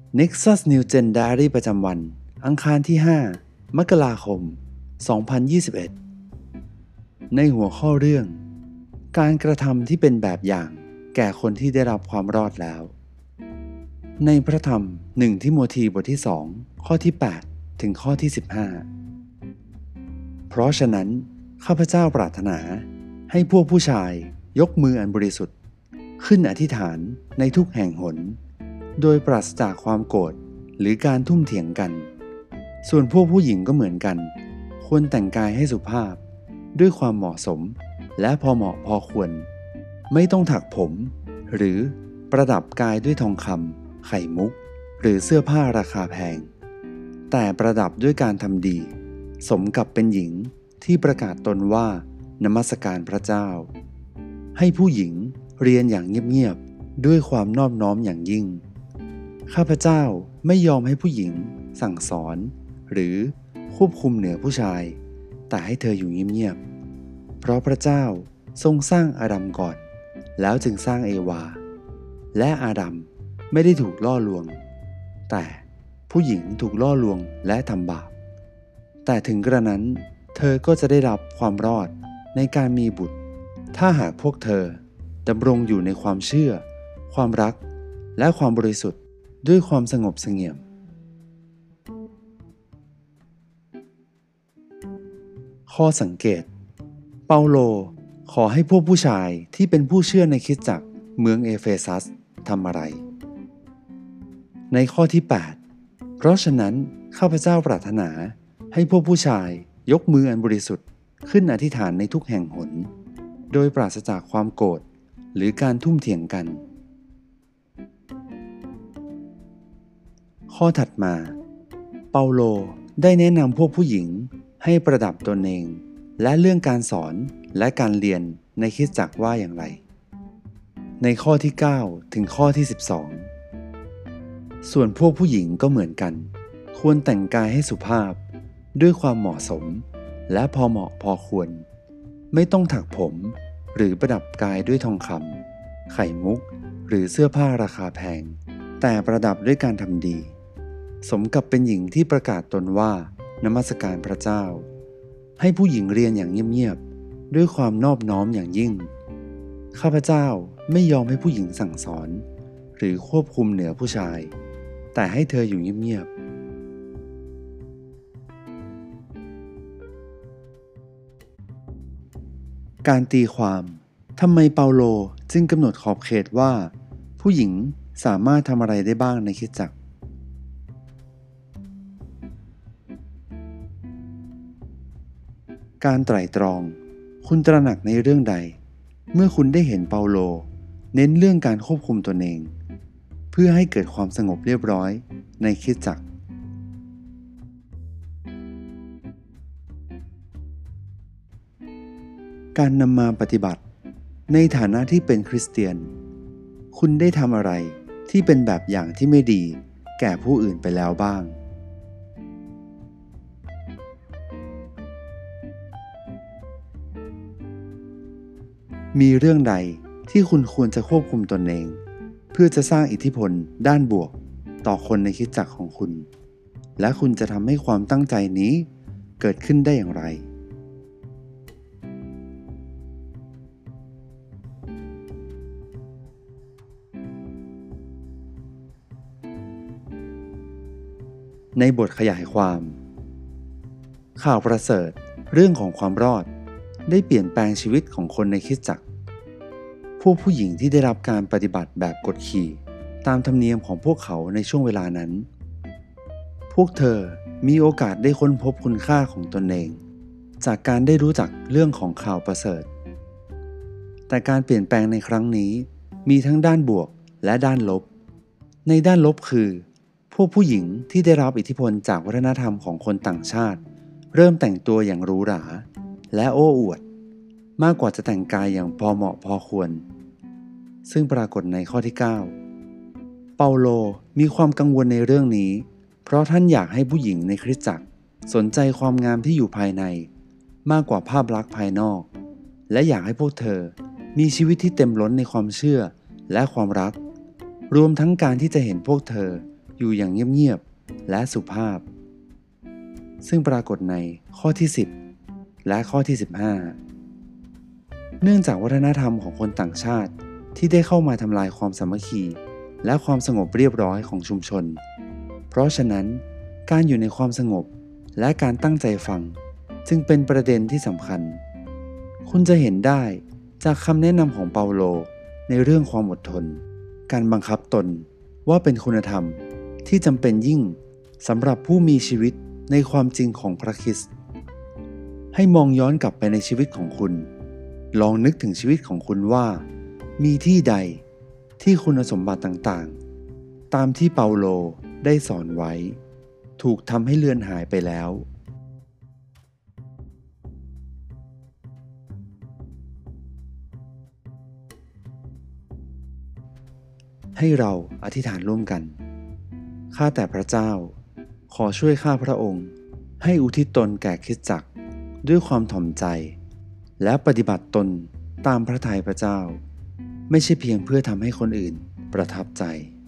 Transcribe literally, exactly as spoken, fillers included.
Nexus New Gen Diary ประจำวันอังคารที่ห้ามกราคมสองพันยี่สิบเอ็ดในหัวข้อเรื่องการกระทำที่เป็นแบบอย่างแก่คนที่ได้รับความรอดแล้วในพระธรรมหนึ่งทิโมธีบทที่สองข้อที่แปดถึงข้อที่สิบห้าเพราะฉะนั้นข้าพเจ้าปรารถนาให้พวกผู้ชายยกมืออันบริสุทธิ์ขึ้นอธิษฐานในทุกแห่งหนโดยปราศจากความโกรธหรือการทุ่มเถียงกันส่วนพวกผู้หญิงก็เหมือนกันควรแต่งกายให้สุภาพด้วยความเหมาะสมและพอเหมาะพอควรไม่ต้องถักผมหรือประดับกายด้วยทองคำไข่มุกหรือเสื้อผ้าราคาแพงแต่ประดับด้วยการทำดีสมกับเป็นหญิงที่ประกาศตนว่านมัสการพระเจ้าให้ผู้หญิงเรียนอย่างเงียบๆด้วยความนอบน้อมอย่างยิ่งข้าพเจ้าไม่ยอมให้ผู้หญิงสั่งสอนหรือควบคุมเหนือผู้ชายแต่ให้เธออยู่เงียบๆเพราะพระเจ้าทรงสร้างอาดัมก่อนแล้วจึงสร้างเอวาและอาดัมไม่ได้ถูกล่อลวงแต่ผู้หญิงถูกล่อลวงและทำบาปแต่ถึงกระนั้นเธอก็จะได้รับความรอดในการมีบุตรถ้าหากพวกเธอดำรงอยู่ในความเชื่อความรักและความบริสุทธิ์ด้วยความสงบเสงี่ยมข้อสังเกตเปาโลขอให้พวกผู้ชายที่เป็นผู้เชื่อในคริสตจักรเมืองเอเฟซัสทำอะไรในข้อที่แปดเพราะฉะนั้นข้าพเจ้าปรารถนาให้พวกผู้ชายยกมืออันบริสุทธิ์ขึ้นอธิษฐานในทุกแห่งหนโดยปราศจากความโกรธหรือการทุ่มเถียงกันข้อถัดมาเปาโลได้แนะนำพวกผู้หญิงให้ประดับตนเองและเรื่องการสอนและการเรียนในคริสตจักรว่าอย่างไรในข้อที่เก้าถึงข้อที่สิบสองส่วนพวกผู้หญิงก็เหมือนกันควรแต่งกายให้สุภาพด้วยความเหมาะสมและพอเหมาะพอควรไม่ต้องถักผมหรือประดับกายด้วยทองคำไข่มุกหรือเสื้อผ้าราคาแพงแต่ประดับด้วยการทำดีสมกับเป็นหญิงที่ประกาศตนว่านมัสการพระเจ้าให้ผู้หญิงเรียนอย่างเงียบๆด้วยความนอบน้อมอย่างยิ่งข้าพเจ้าไม่ยอมให้ผู้หญิงสั่งสอนหรือควบคุมเหนือผู้ชายแต่ให้เธออยู่เงียบๆการตีความทำไมเปาโลจึงกำหนดขอบเขตว่าผู้หญิงสามารถทำอะไรได้บ้างในคริสตจักรการไตร่ตรองคุณตระหนักในเรื่องใดเมื่อคุณได้เห็นเปาโลเน้นเรื่องการควบคุมตนเองเพื่อให้เกิดความสงบเรียบร้อยในคริสตจักรการนำมาปฏิบัติในฐานะที่เป็นคริสเตียนคุณได้ทำอะไรที่เป็นแบบอย่างที่ไม่ดีแก่ผู้อื่นไปแล้วบ้างมีเรื่องใดที่คุณควรจะควบคุมตนเองเพื่อจะสร้างอิทธิพลด้านบวกต่อคนในคริสตจักรของคุณและคุณจะทำให้ความตั้งใจนี้เกิดขึ้นได้อย่างไรในบทขยายความข่าวประเสริฐเรื่องของความรอดได้เปลี่ยนแปลงชีวิตของคนในคริสตจักรพวกผู้หญิงที่ได้รับการปฏิบัติแบบกดขี่ตามธรรมเนียมของพวกเขาในช่วงเวลานั้นพวกเธอมีโอกาสได้ค้นพบคุณค่าของตนเองจากการได้รู้จักเรื่องของข่าวประเสริฐแต่การเปลี่ยนแปลงในครั้งนี้มีทั้งด้านบวกและด้านลบในด้านลบคือพวกผู้หญิงที่ได้รับอิทธิพลจากวัฒนธรรมของคนต่างชาติเริ่มแต่งตัวอย่างหรูหราและโอ้อวดมากกว่าจะแต่งกายอย่างพอเหมาะพอควรซึ่งปรากฏในข้อที่เก้าเปาโลมีความกังวลในเรื่องนี้เพราะท่านอยากให้ผู้หญิงในคริสตจักรสนใจความงามที่อยู่ภายในมากกว่าภาพลักษณ์ภายนอกและอยากให้พวกเธอมีชีวิตที่เต็มล้นในความเชื่อและความรักรวมทั้งการที่จะเห็นพวกเธออยู่อย่างเงียบๆและสุภาพซึ่งปรากฏในข้อที่สิบและข้อที่สิบห้าเนื่องจากวัฒนธรรมของคนต่างชาติที่ได้เข้ามาทำลายความสามัคคีและความสงบเรียบร้อยของชุมชนเพราะฉะนั้นการอยู่ในความสงบและการตั้งใจฟังจึงเป็นประเด็นที่สำคัญคุณจะเห็นได้จากคำแนะนำของเปาโลในเรื่องความอดทนการบังคับตนว่าเป็นคุณธรรมที่จำเป็นยิ่งสำหรับผู้มีชีวิตในความจริงของพระคริสต์ให้มองย้อนกลับไปในชีวิตของคุณลองนึกถึงชีวิตของคุณว่ามีที่ใดที่คุณสมบัติต่างๆตามที่เปาโลได้สอนไว้ถูกทำให้เลือนหายไปแล้วให้เราอธิษฐานร่วมกันข้าแต่พระเจ้าขอช่วยข้าพระองค์ให้อุทิศตนแก่คริสตจักรด้วยความถ่อมใจและปฏิบัติตนตามพระทัยพระเจ้าไม่ใช่เพียงเพื่อทำให้คนอื่นประทับใจ